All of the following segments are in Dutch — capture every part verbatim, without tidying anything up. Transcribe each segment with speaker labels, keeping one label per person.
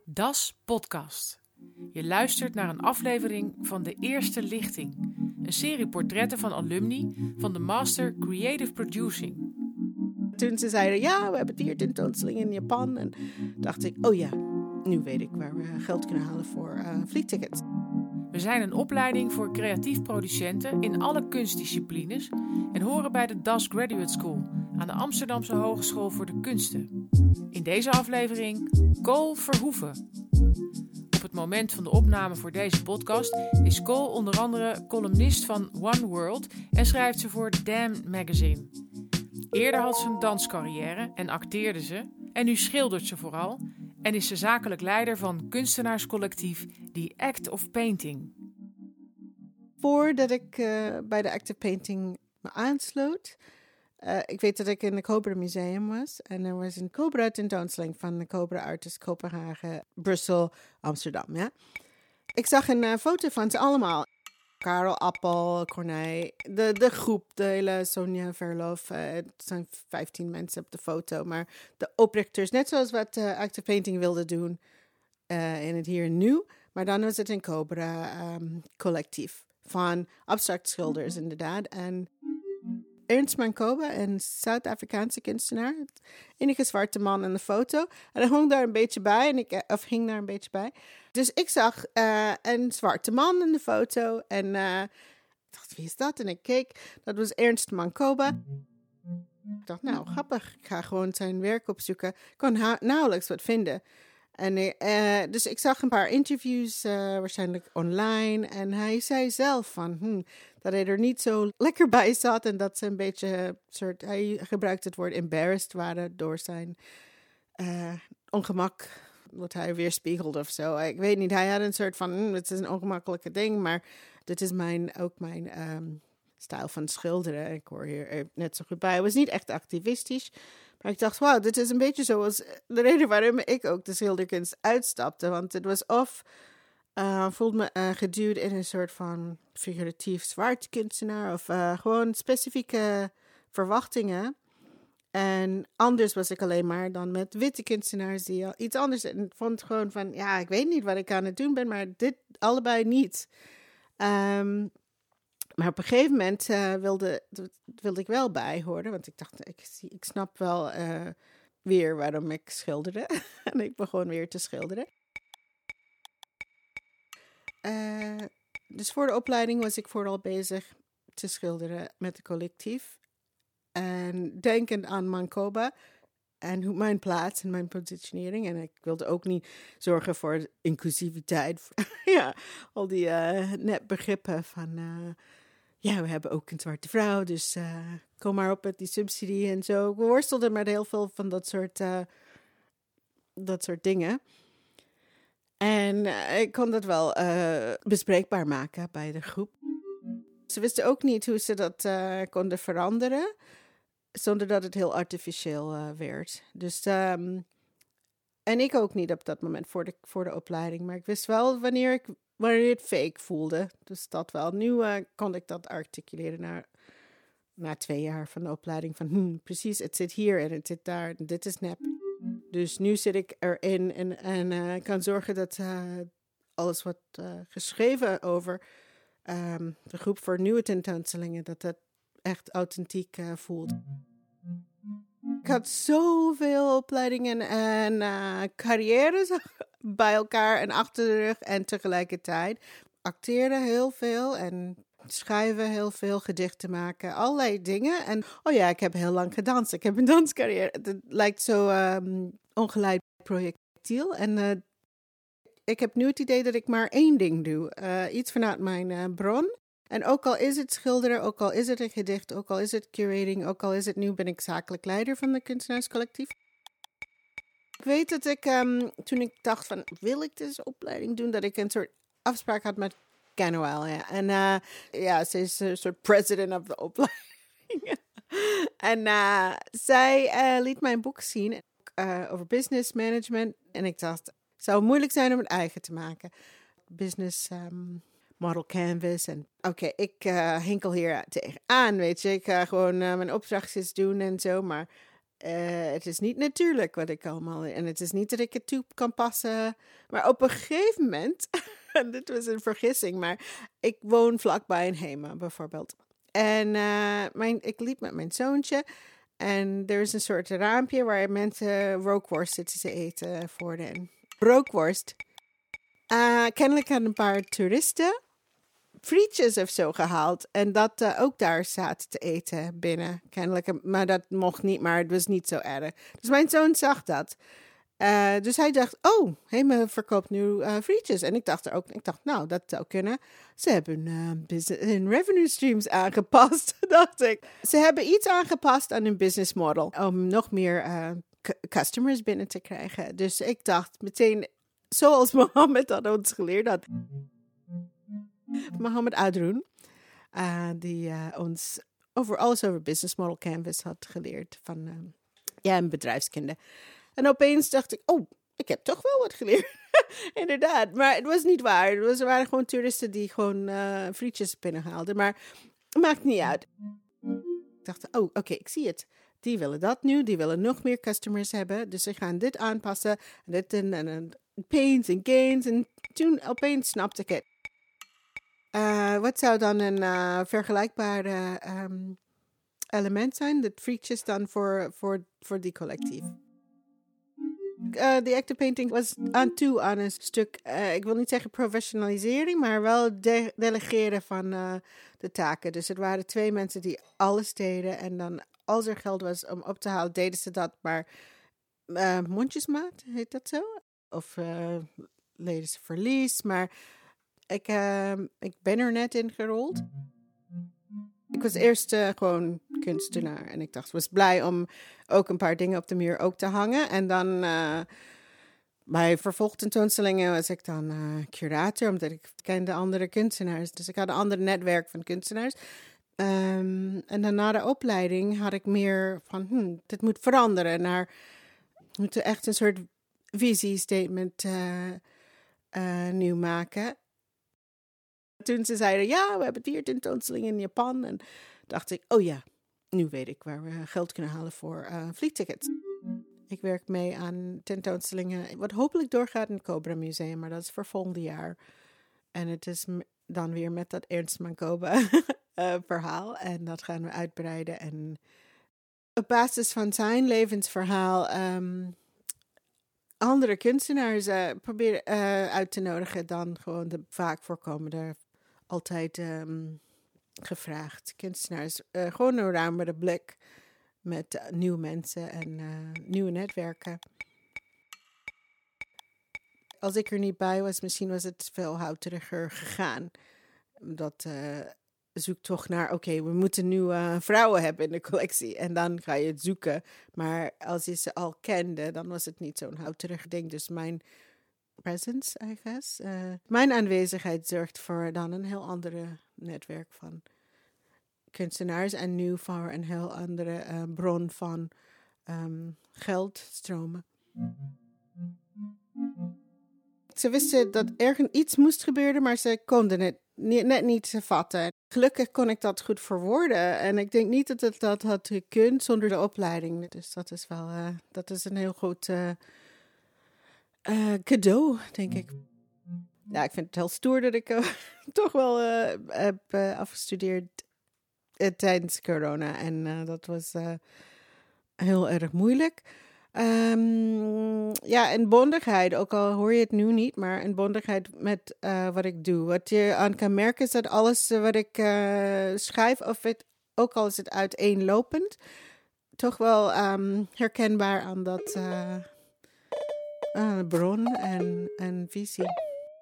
Speaker 1: D A S Podcast. Je luistert naar een aflevering van De Eerste Lichting. Een serie portretten van alumni van de Master Creative Producing.
Speaker 2: Toen ze zeiden, ja, we hebben vier tentoonstellingen in Japan. En dacht ik, oh ja, nu weet ik waar we geld kunnen halen voor uh, vliegtickets.
Speaker 1: We zijn een opleiding voor creatief producenten in alle kunstdisciplines en horen bij de D A S Graduate School aan de Amsterdamse Hogeschool voor de Kunsten. In deze aflevering Cole Verhoeven. Op het moment van de opname voor deze podcast is Cole onder andere columnist van One World en schrijft ze voor Damn Magazine. Eerder had ze een danscarrière en acteerde ze en nu schildert ze vooral en is ze zakelijk leider van kunstenaarscollectief The Act of Painting.
Speaker 2: Voordat ik uh, bij de Act of Painting me aansloot, uh, ik weet dat ik in het Cobra Museum was en er was een Cobra tentoonstelling van de Cobra Artists Kopenhagen, Brussel, Amsterdam. Ja? Ik zag een uh, foto van ze allemaal. Karel Appel, Corneille, de, de groep, de hele Sonja Verloof. Uh, het zijn vijftien mensen op de foto. Maar de oprichters, net zoals wat uh, Act of Painting wilde doen uh, in het hier en nu. Maar dan was het een Cobra um, collectief van abstract schilders inderdaad. En Ernst Mancoba, een Zuid-Afrikaanse kunstenaar. Het enige zwarte man in de foto. En hij hong daar een beetje bij. En ik, of hing daar een beetje bij. Dus ik zag uh, een zwarte man in de foto. En uh, ik dacht, wie is dat? En ik keek. Dat was Ernst Mancoba. Ik dacht, nou, grappig. Ik ga gewoon zijn werk opzoeken. Ik kon ha- nauwelijks wat vinden. En, uh, dus ik zag een paar interviews, uh, waarschijnlijk online. En hij zei zelf van, hmm, dat hij er niet zo lekker bij zat. En dat ze een beetje, soort, hij gebruikte het woord embarrassed waren door zijn uh, ongemak. Wat hij weerspiegelde of zo. Ik weet niet, hij had een soort van, hmm, het is een ongemakkelijke ding. Maar dit is mijn, ook mijn um, stijl van schilderen. Ik hoor hier net zo goed bij. Hij was niet echt activistisch. Maar ik dacht, wauw, dit is een beetje zoals de reden waarom ik ook de schilderkunst uitstapte. Want het was of, uh, voelde me uh, geduwd in een soort van figuratief zwart kunstenaar. Of uh, gewoon specifieke verwachtingen. En anders was ik alleen maar dan met witte kunstenaars die al iets anders. En ik vond gewoon van, ja, ik weet niet wat ik aan het doen ben, maar dit allebei niet. Um, Maar op een gegeven moment uh, wilde, wilde ik wel bij horen. Want ik dacht, ik, ik snap wel uh, weer waarom ik schilderde. En ik begon weer te schilderen. Uh, dus voor de opleiding was ik vooral bezig te schilderen met het collectief. En denkend aan Mancoba. En hoe mijn plaats en mijn positionering. En ik wilde ook niet zorgen voor inclusiviteit. Ja, al die uh, netbegrippen van... Uh, Ja, we hebben ook een zwarte vrouw, dus uh, kom maar op met die subsidie en zo. Ik worstelde met heel veel van dat soort, uh, dat soort dingen. En uh, ik kon dat wel uh, bespreekbaar maken bij de groep. Ze wisten ook niet hoe ze dat uh, konden veranderen, zonder dat het heel artificieel uh, werd. Dus, um, en ik ook niet op dat moment voor de, voor de opleiding, maar ik wist wel wanneer ik... wanneer het fake voelde. Dus dat wel. Nu uh, kon ik dat articuleren na, na twee jaar van de opleiding. Van hmm, precies, het zit hier en het zit daar en dit is nep. Dus nu zit ik erin en, en uh, kan zorgen dat uh, alles wat uh, geschreven over um, de groep voor nieuwe tentoonstellingen, dat dat echt authentiek uh, voelt. Ik had zoveel opleidingen en uh, carrières bij elkaar en achter de rug en tegelijkertijd. Acteren heel veel en schrijven heel veel, gedichten maken, allerlei dingen. En oh ja, ik heb heel lang gedanst. Ik heb een danscarrière. Het lijkt zo um, ongeleid projectiel. En uh, ik heb nu het idee dat ik maar één ding doe. Uh, iets vanuit mijn uh, bron. En ook al is het schilderen, ook al is het een gedicht, ook al is het curating, ook al is het nu ben ik zakelijk leider van de kunstenaarscollectief. Ik weet dat ik, um, toen ik dacht van, wil ik deze opleiding doen, dat ik een soort afspraak had met Canoel. Ja. En uh, ja, ze is een soort president of de opleiding. En uh, zij uh, liet mij een boek zien uh, over business management. En ik dacht, het zou moeilijk zijn om het eigen te maken. Business... Um, model canvas. En oké, okay, ik uh, hinkel hier tegenaan, weet je. Ik ga gewoon uh, mijn opdrachtjes doen en zo. Maar Uh, het is niet natuurlijk wat ik allemaal... En het is niet dat ik het toe kan passen. Maar op een gegeven moment... En dit was een vergissing, maar ik woon vlakbij een HEMA bijvoorbeeld. En uh, mijn, ik liep met mijn zoontje. En er is een soort raampje waar mensen rookworst zitten te eten voor de rookworst. Uh, kennelijk hadden een paar toeristen frietjes of zo gehaald. En dat uh, ook daar zaten te eten binnen. Kennelijk, maar dat mocht niet, maar het was niet zo erg. Dus mijn zoon zag dat. Uh, dus hij dacht, oh, HEMA verkoopt nu uh, frietjes. En ik dacht er ook, ik dacht, nou, dat zou kunnen. Ze hebben uh, business, hun revenue streams aangepast, dacht ik. Ze hebben iets aangepast aan hun business model om nog meer uh, c- customers binnen te krijgen. Dus ik dacht meteen, zoals Mohammed had ons geleerd had. Mohammed Adroen, uh, die uh, ons over alles over business model canvas had geleerd van uh, ja, een bedrijfskunde. En opeens dacht ik, oh, ik heb toch wel wat geleerd. Inderdaad, maar het was niet waar. Het was, er waren gewoon toeristen die gewoon uh, frietjes binnenhaalden. Maar het maakt niet uit. Ik dacht, oh, oké, okay, ik zie het. Die willen dat nu, die willen nog meer customers hebben. Dus ze gaan dit aanpassen. En dit en, en, en pains en gains. En toen opeens snapte ik het. Uh, wat zou dan een uh, vergelijkbare um, element zijn? Dat frietjes dan voor, voor, voor die collectief. Uh, de active painting was aan toe aan een stuk, uh, ik wil niet zeggen professionalisering, maar wel de- delegeren van uh, de taken. Dus het waren twee mensen die alles deden en dan als er geld was om op te halen, deden ze dat maar uh, mondjesmaat, heet dat zo? Of uh, leden ze verlies, maar ik, uh, ik ben er net in gerold. Ik was eerst uh, gewoon kunstenaar en ik dacht, was blij om ook een paar dingen op de muur ook te hangen. En dan uh, bij vervolgtentoonstellingen was ik dan uh, curator, omdat ik kende andere kunstenaars. Dus ik had een ander netwerk van kunstenaars. Um, en dan na de opleiding had ik meer van, hmm, dit moet veranderen. Naar, we moeten echt een soort visiestatement uh, uh, nieuw maken. Toen ze zeiden, ja, we hebben vier tentoonstellingen in Japan. En dacht ik, oh ja, nu weet ik waar we geld kunnen halen voor uh, vliegtickets. Ik werk mee aan tentoonstellingen, wat hopelijk doorgaat in het Cobra Museum, maar dat is voor volgend jaar. En het is m- dan weer met dat Ernst Mancoba uh, verhaal. En dat gaan we uitbreiden. En op basis van zijn levensverhaal um, andere kunstenaars uh, proberen uh, uit te nodigen dan gewoon de vaak voorkomende, altijd um, gevraagd kunstenaars. Uh, gewoon een ruimere blik met uh, nieuwe mensen en uh, nieuwe netwerken. Als ik er niet bij was, misschien was het veel houteriger gegaan. Dat uh, zoekt toch naar, oké, okay, we moeten nieuwe uh, vrouwen hebben in de collectie. En dan ga je het zoeken. Maar als je ze al kende, dan was het niet zo'n houterig ding. Dus mijn presence, I guess. Uh, mijn aanwezigheid zorgt voor dan een heel andere netwerk van kunstenaars. En nu voor een heel andere uh, bron van um, geldstromen. Ze wisten dat er iets moest gebeuren, maar ze konden het niet, net niet vatten. Gelukkig kon ik dat goed verwoorden. En ik denk niet dat het dat had gekund zonder de opleiding. Dus dat is wel uh, dat is een heel goed uh, uh, cadeau, denk ik. Ja, ik vind het heel stoer dat ik uh, toch wel uh, heb uh, afgestudeerd uh, tijdens corona. En uh, dat was uh, heel erg moeilijk. Um, ja, en bondigheid, ook al hoor je het nu niet, maar een bondigheid met uh, wat ik doe. Wat je aan kan merken is dat alles uh, wat ik uh, schrijf, of het, ook al is het uiteenlopend, toch wel um, herkenbaar aan dat uh, uh, bron en, en visie.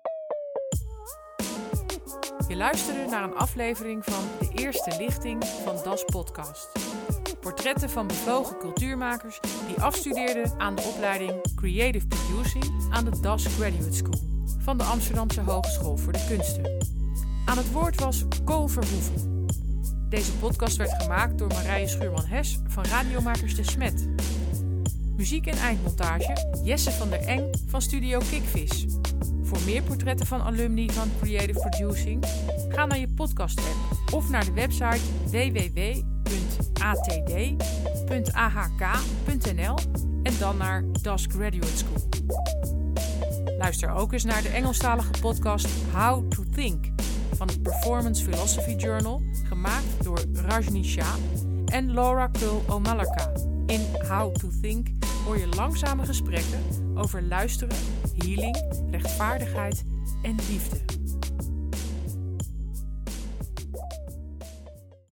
Speaker 1: Je luisterde naar een aflevering van de eerste lichting van Das Podcast. Portretten van bevlogen cultuurmakers die afstudeerden aan de opleiding Creative Producing aan de Das Graduate School van de Amsterdamse Hogeschool voor de Kunsten. Aan het woord was Kool Verhoeven. Deze podcast werd gemaakt door Marije Schuurman-Hes van Radiomakers de Smet. Muziek en eindmontage Jesse van der Eng van Studio Kikvis. Voor meer portretten van alumni van Creative Producing ga naar je podcast-app of naar de website w w w punt a t d punt a h k punt n l en dan naar Das Graduate School. Luister ook eens naar de Engelstalige podcast How to Think van het Performance Philosophy Journal, gemaakt door Rajni Shah en Laura Kull-Omalaka. In How to Think hoor je langzame gesprekken over luisteren, healing, rechtvaardigheid en liefde.